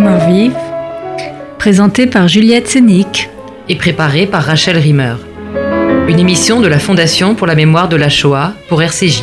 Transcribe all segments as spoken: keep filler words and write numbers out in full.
Mémoire vive, présentée par Juliette Sénic et préparée par Rachel Rimmer. Une émission de la Fondation pour la mémoire de la Shoah pour R C J.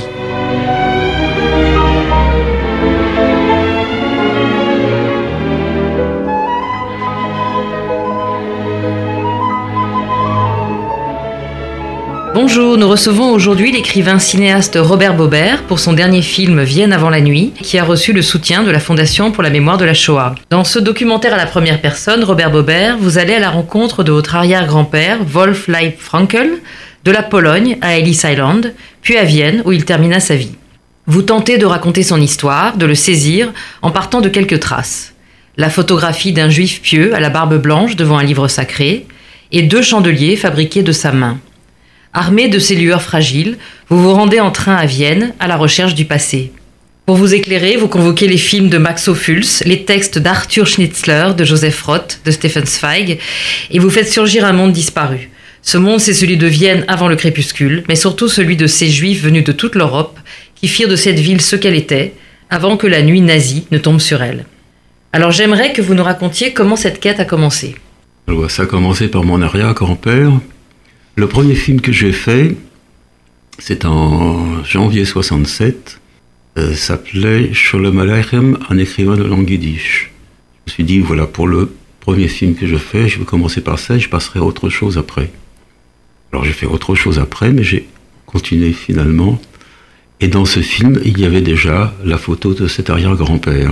Bonjour, nous recevons aujourd'hui l'écrivain cinéaste Robert Baubert pour son dernier film Vienne avant la nuit, qui a reçu le soutien de la Fondation pour la mémoire de la Shoah. Dans ce documentaire à la première personne, Robert Baubert, vous allez à la rencontre de votre arrière-grand-père, Wolf Leib Frankel, de la Pologne à Ellis Island, puis à Vienne où il termina sa vie. Vous tentez de raconter son histoire, de le saisir, en partant de quelques traces. La photographie d'un juif pieux à la barbe blanche devant un livre sacré, et deux chandeliers fabriqués de sa main. Armé de ces lueurs fragiles, vous vous rendez en train à Vienne à la recherche du passé. Pour vous éclairer, vous convoquez les films de Max Ophüls, les textes d'Arthur Schnitzler, de Joseph Roth, de Stefan Zweig, et vous faites surgir un monde disparu. Ce monde, c'est celui de Vienne avant le crépuscule, mais surtout celui de ces juifs venus de toute l'Europe qui firent de cette ville ce qu'elle était, avant que la nuit nazie ne tombe sur elle. Alors j'aimerais que vous nous racontiez comment cette quête a commencé. Alors, ça a commencé par mon arrière-grand-père. Le premier film que j'ai fait, c'est en janvier soixante-sept, euh, s'appelait Sholem Aleichem, un écrivain de langue yiddish. Je me suis dit, voilà, pour le premier film que je fais, je vais commencer par ça et je passerai à autre chose après. Alors j'ai fait autre chose après, mais j'ai continué finalement. Et dans ce film, il y avait déjà la photo de cet arrière-grand-père,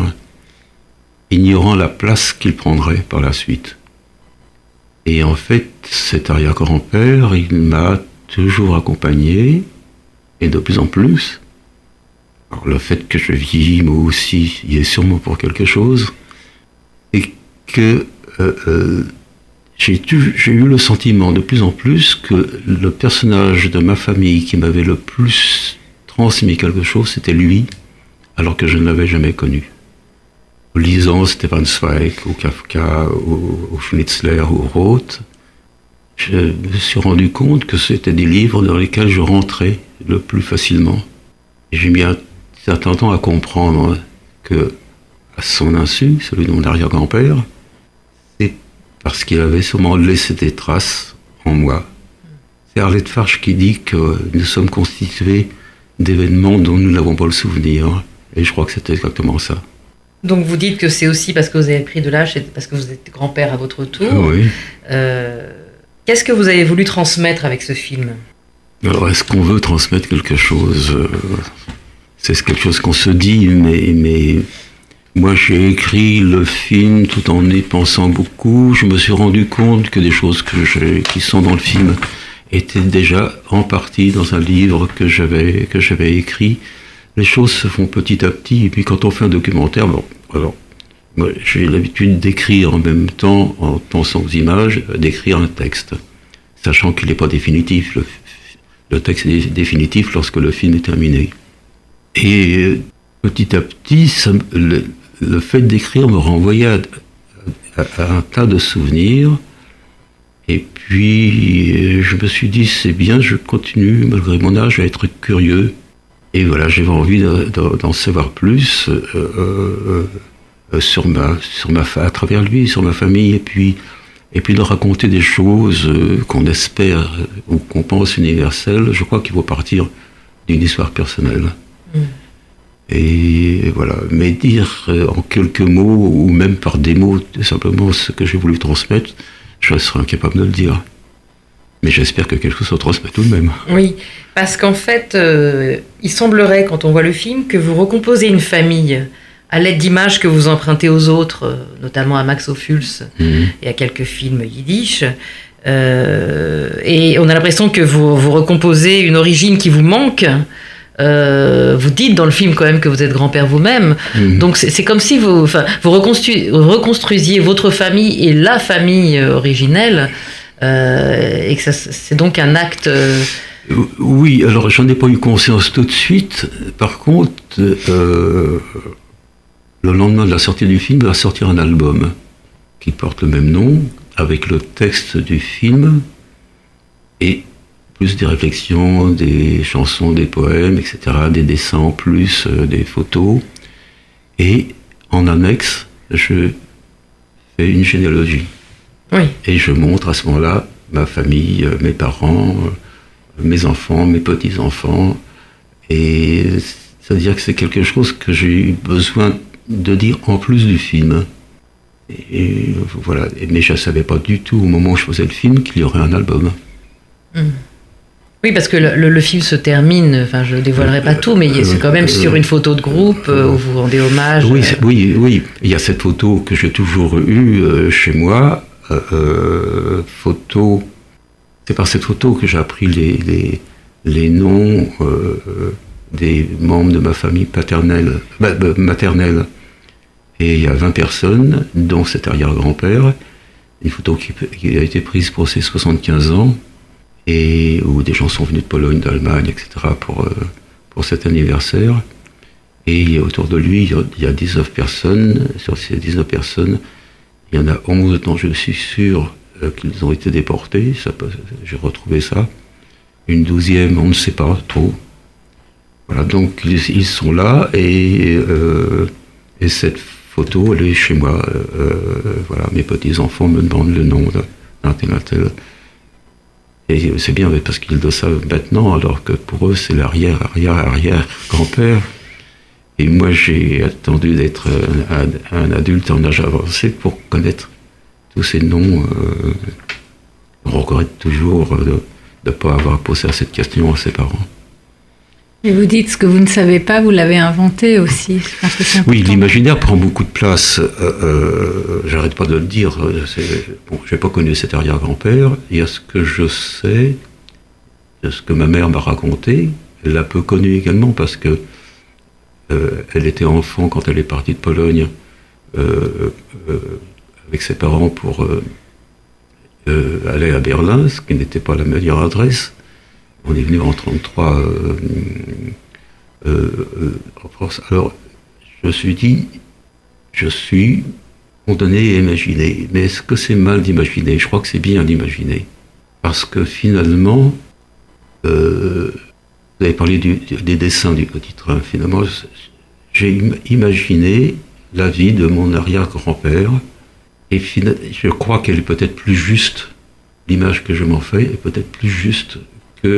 ignorant la place qu'il prendrait par la suite. Et en fait, cet arrière-grand-père, il m'a toujours accompagné, et de plus en plus. Alors le fait que je vieillis, moi aussi, il est sûrement pour quelque chose. Et que euh, euh, j'ai, eu, j'ai eu le sentiment de plus en plus que le personnage de ma famille qui m'avait le plus transmis quelque chose, c'était lui, alors que je ne l'avais jamais connu. En lisant Stefan Zweig, ou Kafka, ou, ou Schnitzler, ou Roth, je me suis rendu compte que c'était des livres dans lesquels je rentrais le plus facilement. Et j'ai mis un certain temps à comprendre que, à son insu, celui de mon arrière-grand-père, c'est parce qu'il avait sûrement laissé des traces en moi. C'est Arlette Farge qui dit que nous sommes constitués d'événements dont nous n'avons pas le souvenir. Et je crois que c'était exactement ça. Donc vous dites que c'est aussi parce que vous avez pris de l'âge, c'est parce que vous êtes grand-père à votre tour. Oui. Euh, qu'est-ce que vous avez voulu transmettre avec ce film ? Alors est-ce qu'on veut transmettre quelque chose ? C'est quelque chose qu'on se dit, mais, mais moi j'ai écrit le film tout en y pensant beaucoup. Je me suis rendu compte que des choses que j'ai, qui sont dans le film étaient déjà en partie dans un livre que j'avais, que j'avais écrit. Les choses se font petit à petit, et puis quand on fait un documentaire, bon, alors, moi, j'ai l'habitude d'écrire en même temps, en pensant aux images, d'écrire un texte, sachant qu'il n'est pas définitif. Le, le texte est définitif lorsque le film est terminé. Et petit à petit, ça, le, le fait d'écrire me renvoyait à, à, à un tas de souvenirs, et puis je me suis dit, c'est bien, je continue, malgré mon âge, à être curieux. Et voilà, j'avais envie de, de, d'en savoir plus euh, euh, euh, sur ma, sur ma, à travers lui, sur ma famille, et puis, et puis de raconter des choses euh, qu'on espère ou qu'on pense universelles. Je crois qu'il faut partir d'une histoire personnelle. Mmh. Et voilà, mais dire euh, en quelques mots, ou même par des mots, simplement ce que j'ai voulu transmettre, je serais incapable de le dire. Mais j'espère que quelque chose se transmet tout de même. Oui, parce qu'en fait, euh, il semblerait, quand on voit le film, que vous recomposez une famille à l'aide d'images que vous empruntez aux autres, euh, notamment à Max Ophüls mmh. et à quelques films yiddish. Euh, et on a l'impression que vous, vous recomposez une origine qui vous manque. Euh, vous dites dans le film quand même que vous êtes grand-père vous-même. Mmh. Donc c'est, c'est comme si vous, enfin, vous reconstru- reconstruisiez votre famille et la famille originelle. Euh, et que ça, c'est donc un acte... Euh... Oui, alors j'en ai pas eu conscience tout de suite. Par contre, euh, le lendemain de la sortie du film, il va sortir un album qui porte le même nom, avec le texte du film, et plus des réflexions, des chansons, des poèmes, et cetera, des dessins en plus, euh, des photos. Et en annexe, je fais une généalogie. Oui. Et je montre à ce moment-là ma famille, mes parents, mes enfants, mes petits-enfants. Et c'est-à-dire que c'est quelque chose que j'ai eu besoin de dire en plus du film. Et voilà. Mais je ne savais pas du tout au moment où je faisais le film qu'il y aurait un album. Mmh. Oui, parce que le, le, le film se termine, enfin je ne dévoilerai pas tout, mais c'est quand même sur une photo de groupe euh, où vous rendez hommage. Oui, oui, oui. Il y a cette photo que j'ai toujours eue euh, chez moi. Euh, photo, c'est par cette photo que j'ai appris les, les, les noms euh, des membres de ma famille paternelle, bah, maternelle. Et il y a vingt personnes, dont cet arrière-grand-père. Une photo qui, qui a été prise pour ses soixante-quinze ans. Et où des gens sont venus de Pologne, d'Allemagne, et cetera pour, euh, pour cet anniversaire. Et autour de lui, il y a dix-neuf personnes. Sur ces dix-neuf personnes, il y en a onze dont je suis sûr euh, qu'ils ont été déportés. Ça, j'ai retrouvé ça. Une douzième, on ne sait pas trop. Voilà, donc ils, ils sont là et, euh, et cette photo, elle est chez moi. Euh, voilà, mes petits-enfants me demandent le nom d'un tel, d'un tel. Et c'est bien parce qu'ils le savent maintenant, alors que pour eux, c'est l'arrière, arrière, arrière grand-père. Et moi, j'ai attendu d'être un, un adulte en âge avancé pour connaître tous ces noms. Euh, on regrette toujours de ne pas avoir posé cette question à ses parents. Et vous dites ce que vous ne savez pas, vous l'avez inventé aussi. Je pense que c'est important. Oui, l'imaginaire prend beaucoup de place. Euh, euh, j'arrête pas de le dire. C'est, bon, j'ai pas connu cet arrière-grand-père. Il y a ce que je sais, il y a ce que ma mère m'a raconté. Elle l'a peu connu également parce que euh, elle était enfant quand elle est partie de Pologne euh, euh, avec ses parents pour euh, euh, aller à Berlin, ce qui n'était pas la meilleure adresse. On est venu en trente-trois euh, euh, euh, en France. Alors, je me suis dit, je suis condamné à imaginer. Mais est-ce que c'est mal d'imaginer ? Je crois que c'est bien d'imaginer. Parce que finalement, euh, vous avez parlé du, des dessins du petit train. Finalement, j'ai imaginé la vie de mon arrière-grand-père. Et je crois qu'elle est peut-être plus juste. L'image que je m'en fais est peut-être plus juste que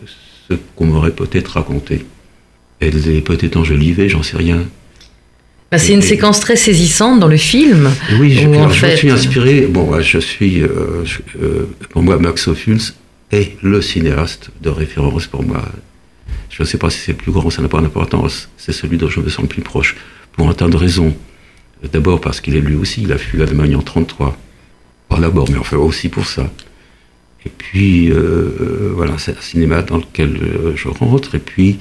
ce qu'on m'aurait peut-être raconté. Elle est peut-être enjolivée, j'en sais rien. Bah, c'est et, une et, séquence très saisissante dans le film. Oui, je, où, alors, en je fait... me suis inspiré. Bon, je suis, euh, je, euh, pour moi, Max Ophuls est le cinéaste de référence pour moi. Je ne sais pas si c'est le plus grand, ça n'a pas d'importance. C'est celui dont je me sens le plus proche, pour un tas de raisons. D'abord parce qu'il est lui aussi, il a fui l'Allemagne en trente-trois. Pas d'abord, mais enfin aussi pour ça. Et puis, euh, voilà, c'est un cinéma dans lequel euh, je rentre. Et puis,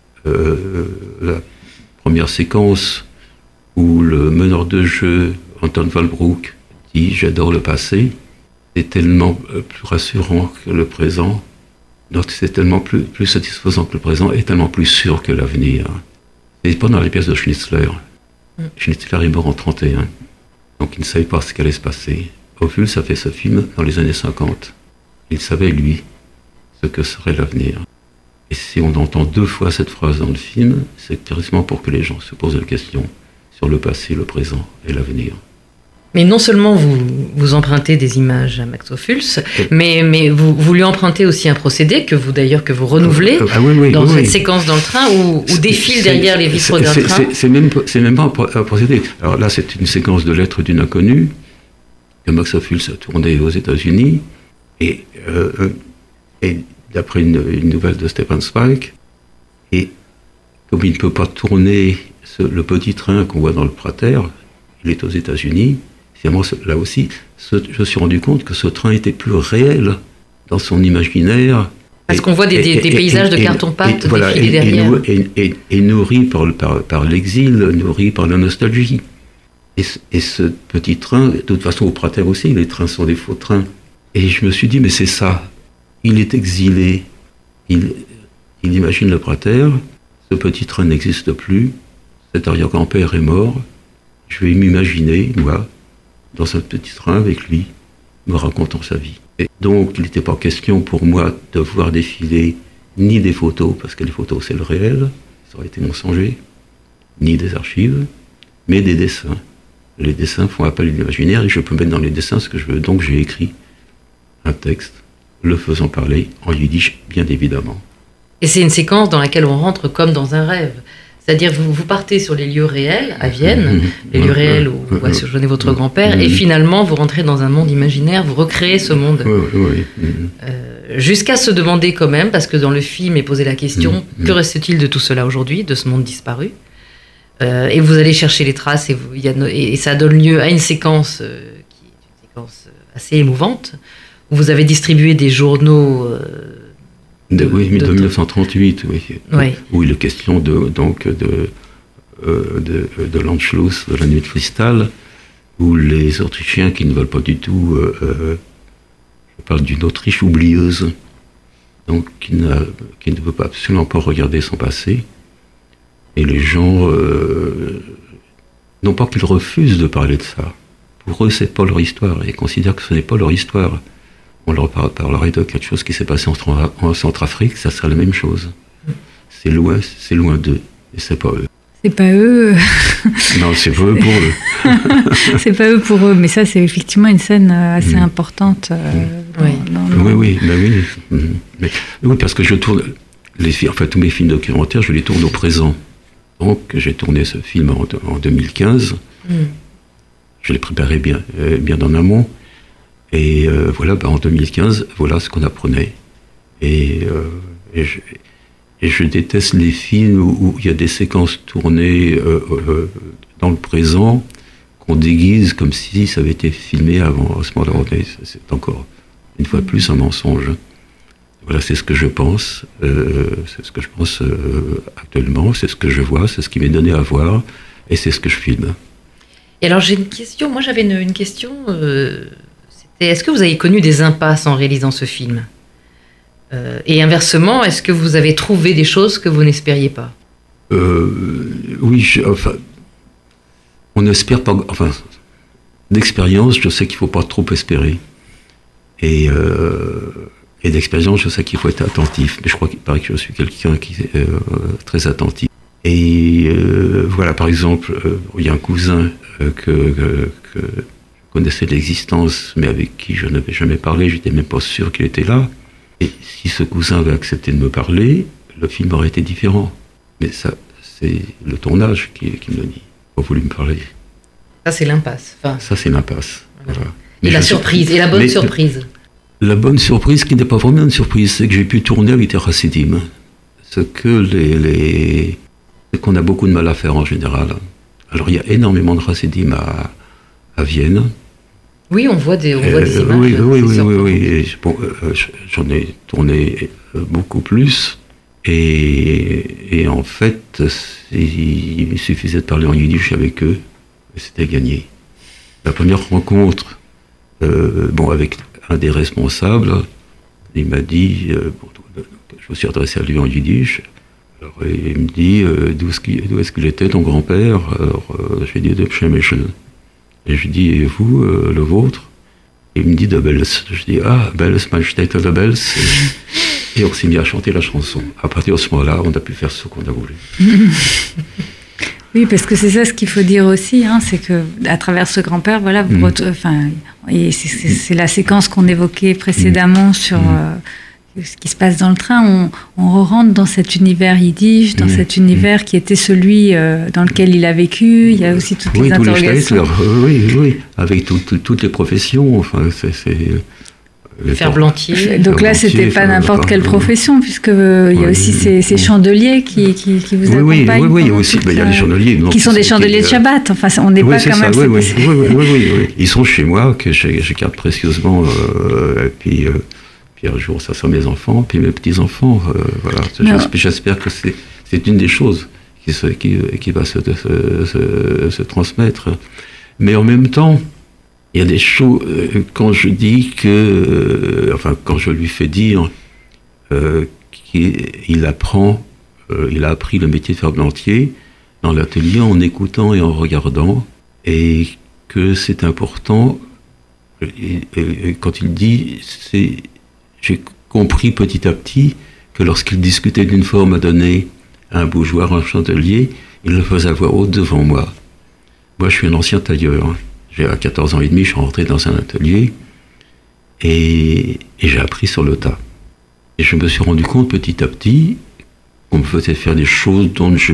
euh, la première séquence où le meneur de jeu, Anton Walbrook, dit « J'adore le passé », c'est tellement euh, plus rassurant que le présent. Donc, c'est tellement plus, plus satisfaisant que le présent et tellement plus sûr que l'avenir. Et pas dans les pièces de Schnitzler. Mm. Schnitzler est mort en trente et un. Donc, il ne savait pas ce qu'allait se passer. Ophuls a fait ce film dans les années cinquante. Il savait, lui, ce que serait l'avenir. Et si on entend deux fois cette phrase dans le film, c'est précisément pour que les gens se posent la question sur le passé, le présent et l'avenir. Mais non seulement vous, vous empruntez des images à Max Ophuls, mais, mais vous, vous lui empruntez aussi un procédé que vous d'ailleurs que vous renouvelez euh, ah oui, oui, dans oui, cette oui. séquence dans le train où, où défile derrière les vitres d'un c'est, train. C'est, c'est, même, c'est même pas un procédé. Alors là, c'est une séquence de lettres d'une inconnue que Max Ophuls a tournée aux États-Unis. Et, euh, et d'après une, une nouvelle de Stefan Zweig, et comme il ne peut pas tourner ce, le petit train qu'on voit dans le Prater, il est aux États-Unis, finalement, là aussi, ce, je me suis rendu compte que ce train était plus réel dans son imaginaire. Parce et, qu'on voit des, et, des, des paysages et, de carton-pâte voilà, défiler derrière. Et, et, et nourri par, par, par l'exil, nourri par la nostalgie. Et, et ce petit train, de toute façon au Prater aussi, les trains sont des faux trains. Et je me suis dit, mais c'est ça. Il est exilé. Il, il imagine le Prater. Ce petit train n'existe plus. Cet arrière-grand-père est mort. Je vais m'imaginer, moi, dans un petit train avec lui, me racontant sa vie. Et donc, il n'était pas question pour moi de voir défiler ni des photos, parce que les photos, c'est le réel, ça aurait été mensonger, ni des archives, mais des dessins. Les dessins font appel à l'imaginaire et je peux mettre dans les dessins ce que je veux. Donc j'ai écrit un texte, le faisant parler en yiddish, bien évidemment. Et c'est une séquence dans laquelle on rentre comme dans un rêve. C'est-à-dire vous, vous partez sur les lieux réels, à Vienne, les lieux réels où vous ouais, séjournez votre grand-père, et finalement vous rentrez dans un monde imaginaire, vous recréez ce monde. Oui, oui, oui. Euh, jusqu'à se demander quand même, parce que dans le film est posée la question, mmh. que reste-t-il de tout cela aujourd'hui, de ce monde disparu ? euh, Et vous allez chercher les traces, et, vous, y a, et ça donne lieu à une séquence euh, qui est une séquence assez émouvante, où vous avez distribué des journaux... Euh, De, oui, de, de mille neuf cent trente-huit, oui. oui. Où il est question de, donc de, euh, de, de l'Anschluss, de la nuit de cristal, où les Autrichiens qui ne veulent pas du tout, euh, euh, je parle d'une Autriche oublieuse, donc qui, n'a, qui ne veut pas, absolument pas regarder son passé, et les gens, euh, non pas qu'ils refusent de parler de ça, pour eux c'est pas leur histoire, ils considèrent que ce n'est pas leur histoire. On leur parlerait de quelque chose qui s'est passé en, en Centrafrique, ça serait la même chose. C'est loin, c'est loin d'eux, et c'est pas eux. C'est pas eux. Non, c'est pas eux pour eux. C'est pas eux pour eux, mais ça, c'est effectivement une scène assez mmh. importante. Euh, mmh. oui. Dans, dans oui, oui, ben oui. Mmh. Mais, oui, parce que je tourne, les, enfin, tous mes films documentaires, je les tourne au présent. Donc, j'ai tourné ce film en, en deux mille quinze. Mmh. Je l'ai préparé bien, euh, bien en amont. Et euh, voilà, ben en deux mille quinze, voilà ce qu'on apprenait. Et, euh, et, je, et je déteste les films où, où il y a des séquences tournées euh, euh, dans le présent qu'on déguise comme si ça avait été filmé avant. À ce moment-là, c'est encore une fois plus un mensonge. Voilà, c'est ce que je pense. Euh, c'est ce que je pense euh, actuellement. C'est ce que je vois. C'est ce qui m'est donné à voir. Et c'est ce que je filme. Et alors j'ai une question. Moi, j'avais une, une question. Euh... Et est-ce que vous avez connu des impasses en réalisant ce film ? euh, Et inversement, est-ce que vous avez trouvé des choses que vous n'espériez pas ? euh, Oui, je, enfin, on n'espère pas... Enfin, d'expérience, je sais qu'il ne faut pas trop espérer. Et, euh, et d'expérience, je sais qu'il faut être attentif. Mais je crois qu'il paraît que je suis quelqu'un qui est euh, très attentif. Et euh, voilà, par exemple, euh, il y a un cousin euh, que... que, que connaissais l'existence, mais avec qui je n'avais jamais parlé, j'étais même pas sûr qu'il était là. Et si ce cousin avait accepté de me parler, le film aurait été différent. Mais ça, c'est le tournage qui, qui me le dit. Il n'a pas voulu me parler. Ça, c'est l'impasse. Enfin... Ça, c'est l'impasse. Voilà. Et mais la surprise, sais... et la bonne mais surprise. La bonne surprise, qui n'est pas vraiment une surprise, c'est que j'ai pu tourner avec des chassidim. Ce que les, les... C'est qu'on a beaucoup de mal à faire en général. Alors, il y a énormément de chassidim à... à Vienne. Oui, on voit des, on voit des euh, images. Oui, oui, oui, oui, oui. Et, bon, euh, j'en ai tourné beaucoup plus. Et, et en fait, il suffisait de parler en yiddish avec eux, et c'était gagné. La première rencontre, euh, bon, avec un des responsables, il m'a dit, euh, bon, je me suis adressé à lui en yiddish. Alors, il me dit, euh, d'où est-ce qu'il, d'où est-ce qu'il était, ton grand-père ? Alors, euh, je lui ai dit, de Pshemeshel. Et je lui dis, et vous, euh, le vôtre ? Et il me dit, de Bels. Je dis, ah, Bels, mein Städte de Bels. Et on s'est mis à chanter la chanson. À partir de ce moment-là, on a pu faire ce qu'on a voulu. Oui, parce que c'est ça ce qu'il faut dire aussi, hein, c'est que à travers ce grand-père, voilà, vous mmh. ret- enfin, et c'est, c'est, c'est la séquence qu'on évoquait précédemment mmh. sur euh, ce qui se passe dans le train. On, on rentre dans cet univers yiddish, dans mmh. cet univers mmh. qui était celui euh, dans lequel il a vécu. Il y a aussi toutes oui, les tous interrogations. Les oui, oui, avec tout, tout, toutes les professions. Enfin, c'est, c'est Ferblantier. Donc là, c'était pas n'importe quelle profession, puisque euh, il y a aussi ces, ces chandeliers qui, qui, qui vous oui, accompagnent. Oui, oui, oui, aussi. Ben, il y a les chandeliers. Non, qui sont des chandeliers de Shabbat. Enfin, on n'est oui, pas quand ça, même... Oui, oui, oui, oui, oui, oui, oui. Ils sont chez moi, que je, je garde précieusement. Euh, et puis, euh, puis un jour, ça sera mes enfants, puis mes petits-enfants. Euh, voilà. J'espère, j'espère que c'est, c'est une des choses qui, se, qui, qui va se, se, se, se transmettre. Mais en même temps, il y a des choses, euh, quand je dis que, euh, enfin, quand je lui fais dire euh, qu'il apprend, euh, il a appris le métier de ferblantier dans l'atelier en écoutant et en regardant, et que c'est important, et, et, et quand il dit, c'est, j'ai compris petit à petit que lorsqu'il discutait d'une forme à donner à un bougeoir, un chandelier, il le faisait à voix haute devant moi. Moi, je suis un ancien tailleur. J'ai, à quatorze ans et demi, je suis rentré dans un atelier et, et j'ai appris sur le tas. Et je me suis rendu compte petit à petit qu'on me faisait faire des choses dont je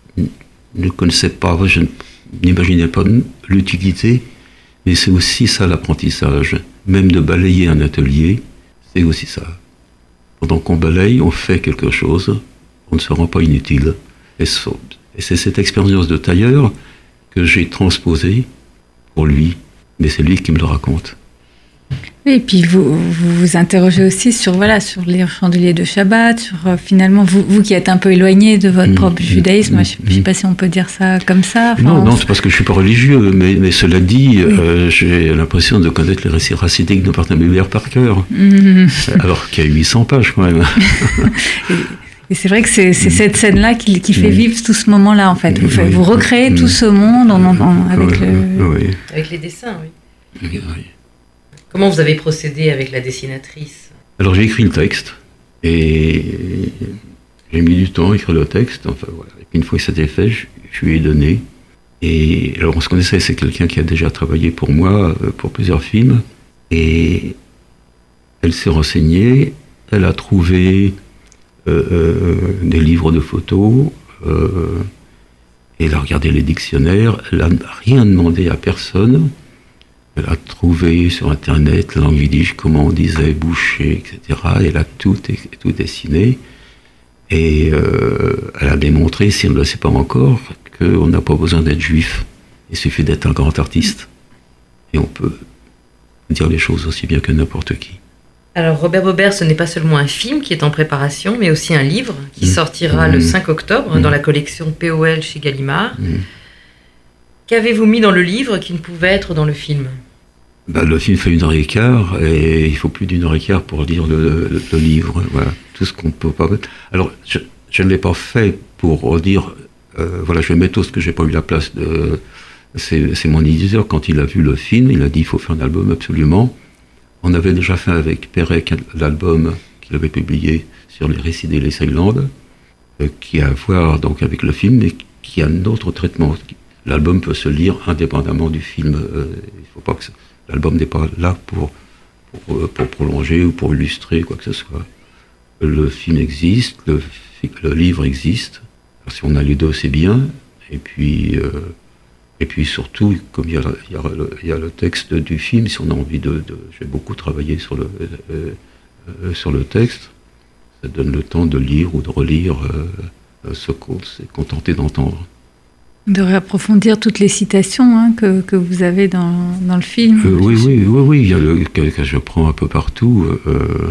ne connaissais pas, je n'imaginais pas l'utilité, mais c'est aussi ça l'apprentissage. Même de balayer un atelier, c'est aussi ça. Pendant qu'on balaye, on fait quelque chose, on ne se rend pas inutile. Et c'est cette expérience de tailleur que j'ai transposée pour lui, mais c'est lui qui me le raconte. Oui, et puis vous, vous vous interrogez aussi sur, voilà, sur les chandeliers de Shabbat, sur euh, finalement, vous, vous qui êtes un peu éloigné de votre mmh, propre mmh, judaïsme, mmh, je ne sais pas si on peut dire ça comme ça. Enfin, non, non, on... c'est parce que je ne suis pas religieux, mais, mais cela dit, oui. euh, j'ai l'impression de connaître les récits racidiques de Martin Buber par cœur, mmh. alors qu'il y a huit cents pages quand même. et, et c'est vrai que c'est, c'est cette scène-là qui, qui fait vivre tout ce moment-là, en fait. Vous, oui. vous recréez mmh. tout ce monde en, en, en, avec, oui, le... oui. avec les dessins, oui. oui, oui. Comment vous avez procédé avec la dessinatrice ? Alors j'ai écrit le texte et j'ai mis du temps à écrire le texte. Enfin voilà. Et puis une fois que c'était fait, je, je lui ai donné. Et alors on se connaissait, c'est quelqu'un qui a déjà travaillé pour moi pour plusieurs films. Et elle s'est renseignée, elle a trouvé euh, euh, des livres de photos. Euh, et elle a regardé les dictionnaires. Elle n'a rien demandé à personne. Elle a trouvé sur Internet la langue yiddish, comment on disait boucher, et cetera. Et elle a tout, tout dessiné. Et euh, elle a démontré, si on ne le sait pas encore, qu'on n'a pas besoin d'être juif. Il suffit d'être un grand artiste. Et on peut dire les choses aussi bien que n'importe qui. Alors Robert Bober, ce n'est pas seulement un film qui est en préparation, mais aussi un livre qui mmh. sortira mmh. le cinq octobre mmh. dans la collection P O L chez Gallimard. Mmh. Qu'avez-vous mis dans le livre qui ne pouvait être dans le film ? Ben, le film fait une heure et quart, et il faut plus d'une heure et quart pour lire le, le, le livre. Voilà, tout ce qu'on peut pas mettre. Alors, je, je ne l'ai pas fait pour dire, euh, voilà, je vais mettre tout ce que j'ai pas eu la place de. C'est, c'est mon éditeur, quand il a vu le film, il a dit il faut faire un album absolument. On avait déjà fait avec Perec l'album qu'il avait publié sur les récits des Island, euh, qui a à voir donc avec le film, mais qui a un autre traitement. L'album peut se lire indépendamment du film. Euh, il faut pas que ça, l'album n'est pas là pour, pour, pour prolonger ou pour illustrer quoi que ce soit. Le film existe, le, le livre existe. Alors, si on a les deux, c'est bien. Et puis, euh, et puis surtout, comme il y, a, il, y a le, il y a le texte du film, si on a envie de... de j'ai beaucoup travaillé sur le, euh, euh, sur le texte. Ça donne le temps de lire ou de relire euh, ce qu'on s'est contenté d'entendre. De réapprofondir toutes les citations hein, que, que vous avez dans, dans le film. Euh, oui, oui, oui, oui, il y a le que, que je prends un peu partout. Euh,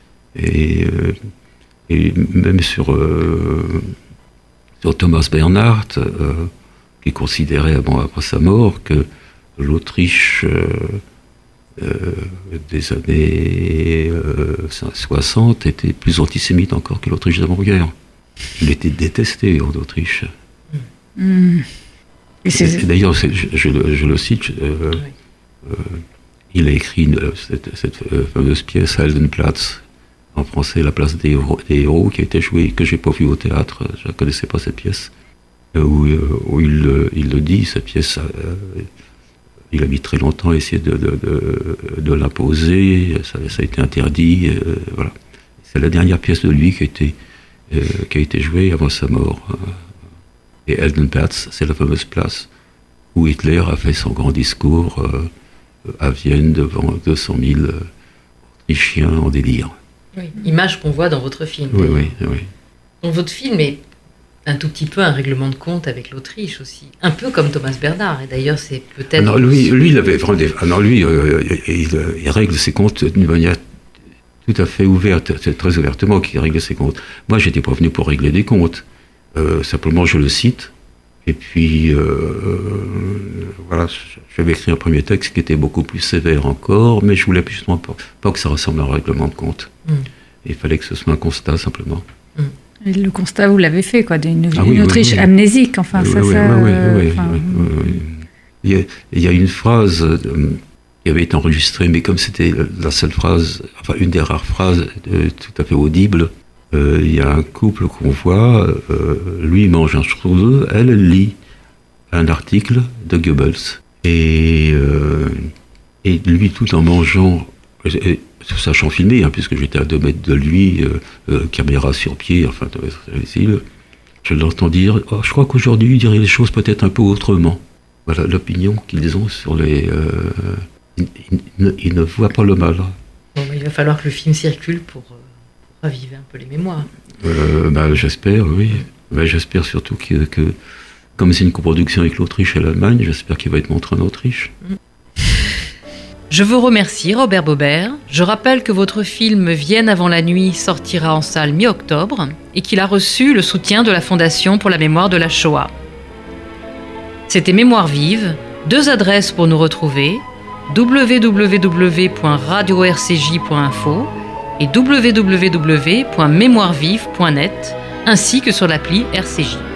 et, euh, et même sur, euh, sur Thomas Bernhardt, euh, qui considérait, bon, après sa mort, que l'Autriche euh, euh, des années euh, soixante était plus antisémite encore que l'Autriche d'avant-guerre. Il était détesté en Autriche. Mmh. Et c'est... Et d'ailleurs, c'est, je, je, je le cite, euh, oui. euh, il a écrit une, cette, cette fameuse pièce Heldenplatz, en français, La place des héros, des héros, qui a été jouée, que j'ai pas vu au théâtre, je ne connaissais pas cette pièce, où, où il, il le dit, cette pièce, euh, il a mis très longtemps à essayer de, de, de, de l'imposer, ça, ça a été interdit, euh, voilà. C'est la dernière pièce de lui qui a été, euh, qui a été jouée avant sa mort. Et Heldenplatz, c'est la fameuse place où Hitler a fait son grand discours euh, à Vienne devant deux cent mille euh, Autrichiens en délire. Oui, image qu'on voit dans votre film. Oui, oui, oui. Donc votre film est un tout petit peu un règlement de compte avec l'Autriche aussi, un peu comme Thomas Bernhardt. Et d'ailleurs, c'est peut-être. Ah non, lui, lui, il avait vraiment des... ah non, lui, euh, il, il règle ses comptes d'une manière tout à fait ouverte, c'est très ouvertement qu'il règle ses comptes. Moi, j'étais pas venu pour régler des comptes. Euh, simplement, je le cite. Et puis, euh, euh, voilà, j'avais écrit un premier texte qui était beaucoup plus sévère encore, mais je voulais justement pas, pas que ça ressemble à un règlement de compte. Mm. Il fallait que ce soit un constat, simplement. Mm. Et le constat, vous l'avez fait, quoi, d'une ah, une oui, Autriche oui, oui. amnésique, enfin, oui, ça, oui, ça... Oui, euh, oui, enfin... oui, oui, oui. Il y a, il y a une phrase euh, qui avait été enregistrée, mais comme c'était la seule phrase, enfin, une des rares phrases euh, tout à fait audibles, Euh, il y a un couple qu'on voit, euh, lui il mange un strudel, elle, elle lit un article de Goebbels. Et, euh, et lui, tout en mangeant, et, sachant filmer, hein, puisque j'étais à deux mètres de lui, euh, euh, caméra sur pied, enfin, je l'entends dire oh, « Je crois qu'aujourd'hui, il dirait les choses peut-être un peu autrement. » Voilà l'opinion qu'ils ont sur les... Euh, ils, ils, ils ne voient pas le mal. Bon, il va falloir que le film circule pour, pour raviver un peu les mémoires. Euh, bah, j'espère, oui. Bah, j'espère surtout que, que, comme c'est une coproduction avec l'Autriche et l'Allemagne, j'espère qu'il va être montré en Autriche. Je vous remercie, Robert Baubert. Je rappelle que votre film Vienne avant la nuit sortira en salle mi-octobre et qu'il a reçu le soutien de la Fondation pour la mémoire de la Shoah. C'était Mémoire vive. Deux adresses pour nous retrouver, w w w point radio r c j point info et w w w point mémoire vive point net, ainsi que sur l'appli R C J.